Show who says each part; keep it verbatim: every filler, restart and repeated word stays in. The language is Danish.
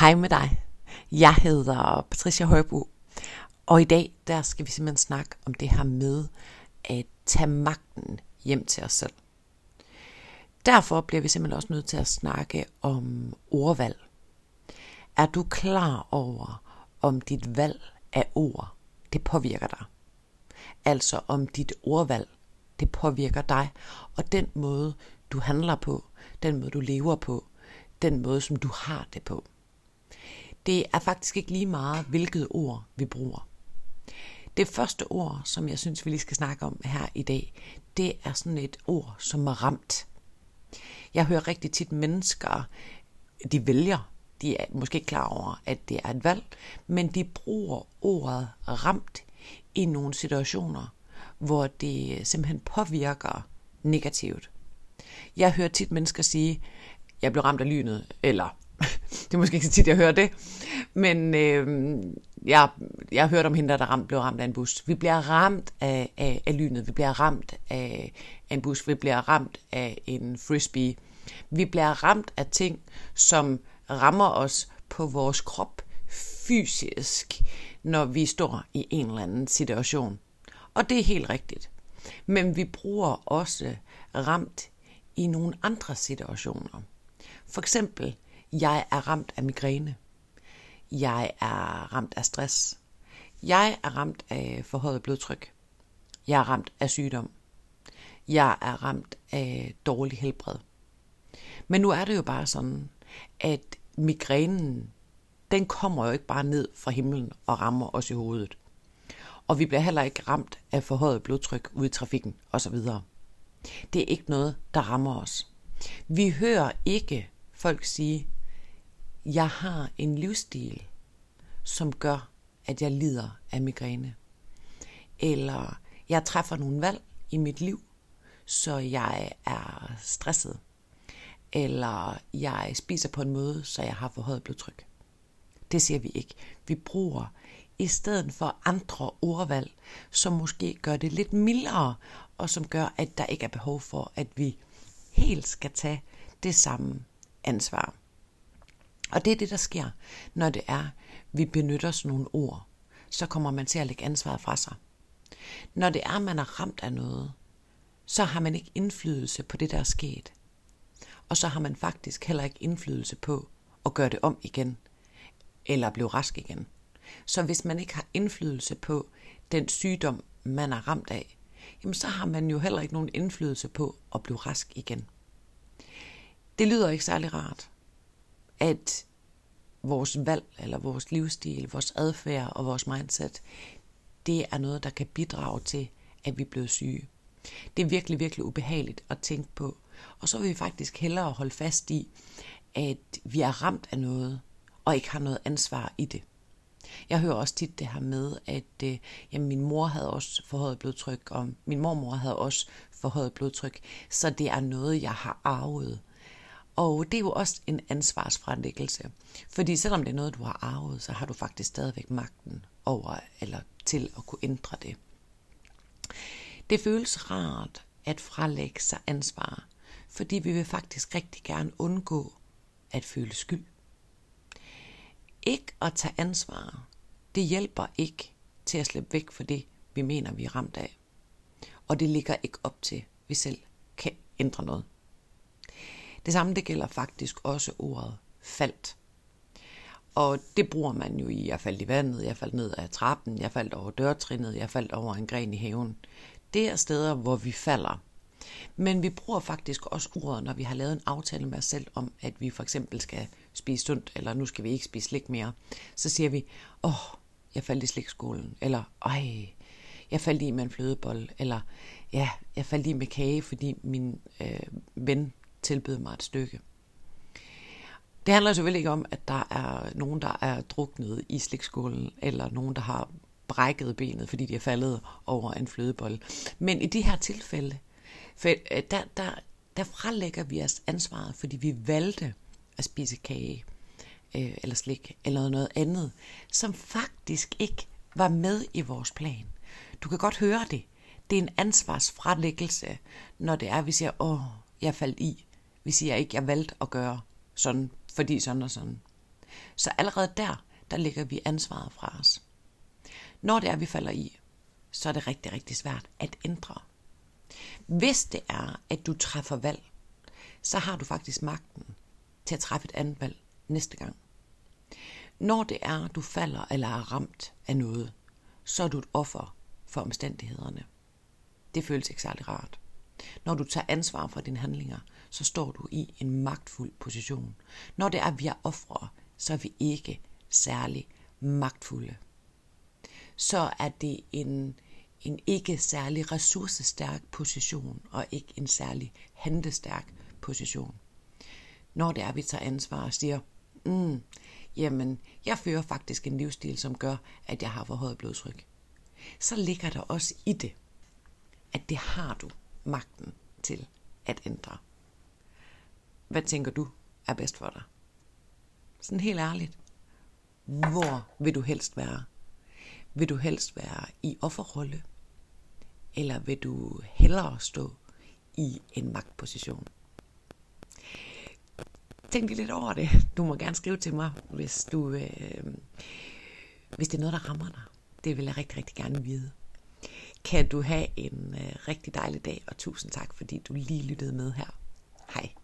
Speaker 1: Hej med dig. Jeg hedder Patricia Højbo, og i dag der skal vi simpelthen snakke om det her med at tage magten hjem til os selv. Derfor bliver vi simpelthen også nødt til at snakke om ordvalg. Er du klar over, om dit valg af ord, det påvirker dig? Altså om dit ordvalg, det påvirker dig, og den måde, du handler på, den måde, du lever på, den måde, som du har det på. Det er faktisk ikke lige meget, hvilket ord vi bruger. Det første ord, som jeg synes, vi lige skal snakke om her i dag, det er sådan et ord, som er ramt. Jeg hører rigtig tit mennesker, de vælger, de er måske ikke klar over, at det er et valg, men de bruger ordet ramt i nogle situationer, hvor det simpelthen påvirker negativt. Jeg hører tit mennesker sige, jeg blev ramt af lynet, eller det er måske ikke så tit, jeg hører det, men øh, jeg, jeg har hørt om hende, der ramt, blev ramt af en bus. Vi bliver ramt af, af, af lynet, vi bliver ramt af, af en bus, vi bliver ramt af en frisbee. Vi bliver ramt af ting, som rammer os på vores krop fysisk, når vi står i en eller anden situation. Og det er helt rigtigt. Men vi bruger også ramt i nogle andre situationer. For eksempel, jeg er ramt af migræne. Jeg er ramt af stress. Jeg er ramt af forhøjet blodtryk. Jeg er ramt af sygdom. Jeg er ramt af dårlig helbred. Men nu er det jo bare sådan, at migrænen, den kommer jo ikke bare ned fra himlen og rammer os i hovedet. Og vi bliver heller ikke ramt af forhøjet blodtryk ude i trafikken osv. Det er ikke noget, der rammer os. Vi hører ikke folk sige, jeg har en livsstil, som gør, at jeg lider af migræne. Eller jeg træffer nogle valg i mit liv, så jeg er stresset. Eller jeg spiser på en måde, så jeg har forhøjet blodtryk. Det siger vi ikke. Vi bruger i stedet for andre ordvalg, som måske gør det lidt mildere, og som gør, at der ikke er behov for, at vi helt skal tage det samme ansvar. Og det er det, der sker, når det er, vi benytter sådan nogle ord. Så kommer man til at lægge ansvaret fra sig. Når det er, man er ramt af noget, så har man ikke indflydelse på det, der er sket. Og så har man faktisk heller ikke indflydelse på at gøre det om igen, eller blive rask igen. Så hvis man ikke har indflydelse på den sygdom, man er ramt af, jamen så har man jo heller ikke nogen indflydelse på at blive rask igen. Det lyder ikke særlig rart, at vores valg, eller vores livsstil, vores adfærd og vores mindset, det er noget, der kan bidrage til, at vi bliver syge. Det er virkelig, virkelig ubehageligt at tænke på. Og så vil vi faktisk hellere holde fast i, at vi er ramt af noget, og ikke har noget ansvar i det. Jeg hører også tit det her med, at øh, jamen, min mor havde også forhøjet blodtryk, og min mormor havde også forhøjet blodtryk, så det er noget, jeg har arvet. Og det er jo også en ansvarsfralæggelse. Fordi selvom det er noget, du har arvet, så har du faktisk stadigvæk magten over, eller til at kunne ændre det. Det føles rart at fralægge sig ansvar, fordi vi vil faktisk rigtig gerne undgå at føle skyld. Ikke at tage ansvar, det hjælper ikke til at slippe væk fra det, vi mener, vi er ramt af. Og det ligger ikke op til, at vi selv kan ændre noget. Det samme det gælder faktisk også ordet faldt. Og det bruger man jo i, jeg faldt i vandet, jeg faldt ned ad trappen, jeg faldt over dørtrinnet, jeg faldt over en gren i haven. Det er steder, hvor vi falder. Men vi bruger faktisk også ordet, når vi har lavet en aftale med os selv om, at vi for eksempel skal spise sundt, eller nu skal vi ikke spise slik mere. Så siger vi, åh, oh, jeg faldt i slikskålen, eller ej, jeg faldt i med en flødebolle, eller ja, jeg faldt i med kage, fordi min øh, ven tilbød mig et stykke. Det handler selvfølgelig ikke om, at der er nogen, der er druknet i slikskålen, eller nogen, der har brækket benet, fordi de er faldet over en flødebolle. Men i de her tilfælde, der, der, der frelægger vi os ansvaret, fordi vi valgte at spise kage, øh, eller slik, eller noget andet, som faktisk ikke var med i vores plan. Du kan godt høre det. Det er en ansvarsfralæggelse, når det er, at vi siger, åh, jeg faldt i. Vi siger ikke, jeg valgte at gøre sådan, fordi sådan og sådan. Så allerede der, der lægger vi ansvaret fra os. Når det er, vi falder i, så er det rigtig, rigtig svært at ændre. Hvis det er, at du træffer valg, så har du faktisk magten til at træffe et andet valg næste gang. Når det er, du falder eller er ramt af noget, så er du et offer for omstændighederne. Det føles ikke særlig rart. Når du tager ansvar for dine handlinger, så står du i en magtfuld position. Når det er, at vi er ofre, så er vi ikke særlig magtfulde. Så er det en, en ikke særlig ressourcestærk position, og ikke en særlig handlestærk position. Når det er, at vi tager ansvar og siger, mm, jamen, jeg fører faktisk en livsstil, som gør, at jeg har forhøjet blodtryk, så ligger der også i det, at det har du magten til at ændre. Hvad tænker du er bedst for dig? Sådan helt ærligt. Hvor vil du helst være? Vil du helst være i offerrolle? Eller vil du hellere stå i en magtposition? Tænk lige lidt over det. Du må gerne skrive til mig, hvis, du, øh, hvis det er noget, der rammer dig. Det vil jeg rigtig, rigtig gerne vide. Kan du have en øh, rigtig dejlig dag, og tusind tak, fordi du lige lyttede med her. Hej.